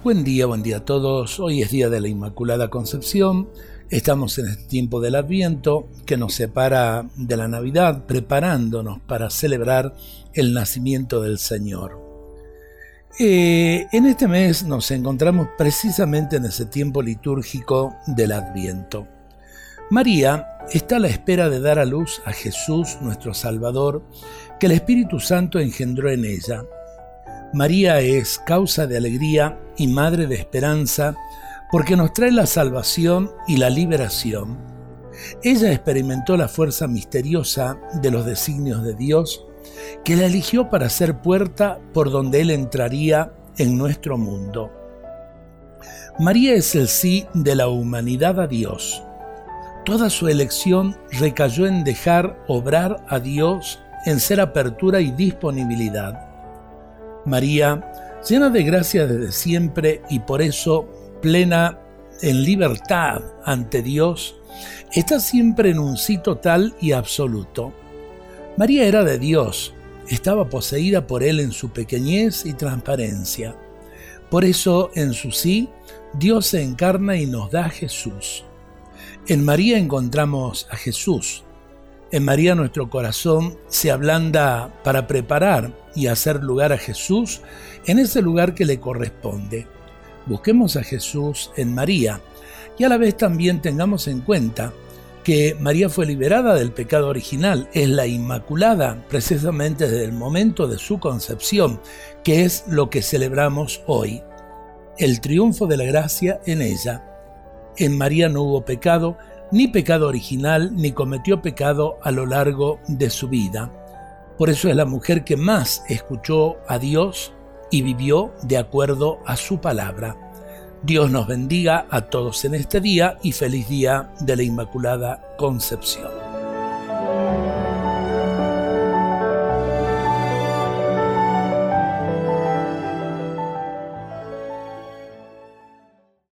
Buen día a todos. Hoy es día de la Inmaculada Concepción. Estamos en este tiempo del Adviento que nos separa de la Navidad, preparándonos para celebrar el nacimiento del Señor. En este mes nos encontramos precisamente en ese tiempo litúrgico del Adviento. María está a la espera de dar a luz a Jesús, nuestro Salvador, que el Espíritu Santo engendró en ella. María es causa de alegría y madre de esperanza porque nos trae la salvación y la liberación. Ella experimentó la fuerza misteriosa de los designios de Dios, que la eligió para ser puerta por donde Él entraría en nuestro mundo. María es el sí de la humanidad a Dios. Toda su elección recayó en dejar obrar a Dios, en ser apertura y disponibilidad. María, llena de gracia desde siempre y por eso plena en libertad ante Dios, está siempre en un sí total y absoluto. María era de Dios, estaba poseída por Él en su pequeñez y transparencia. Por eso, en su sí, Dios se encarna y nos da a Jesús. En María encontramos a Jesús. En María nuestro corazón se ablanda para preparar y hacer lugar a Jesús en ese lugar que le corresponde. Busquemos a Jesús en María y a la vez también tengamos en cuenta que María fue liberada del pecado original, es la Inmaculada precisamente desde el momento de su concepción, que es lo que celebramos hoy, el triunfo de la gracia en ella. En María no hubo pecado, ni pecado original, ni cometió pecado a lo largo de su vida. Por eso es la mujer que más escuchó a Dios y vivió de acuerdo a su palabra. Dios nos bendiga a todos en este día y feliz día de la Inmaculada Concepción.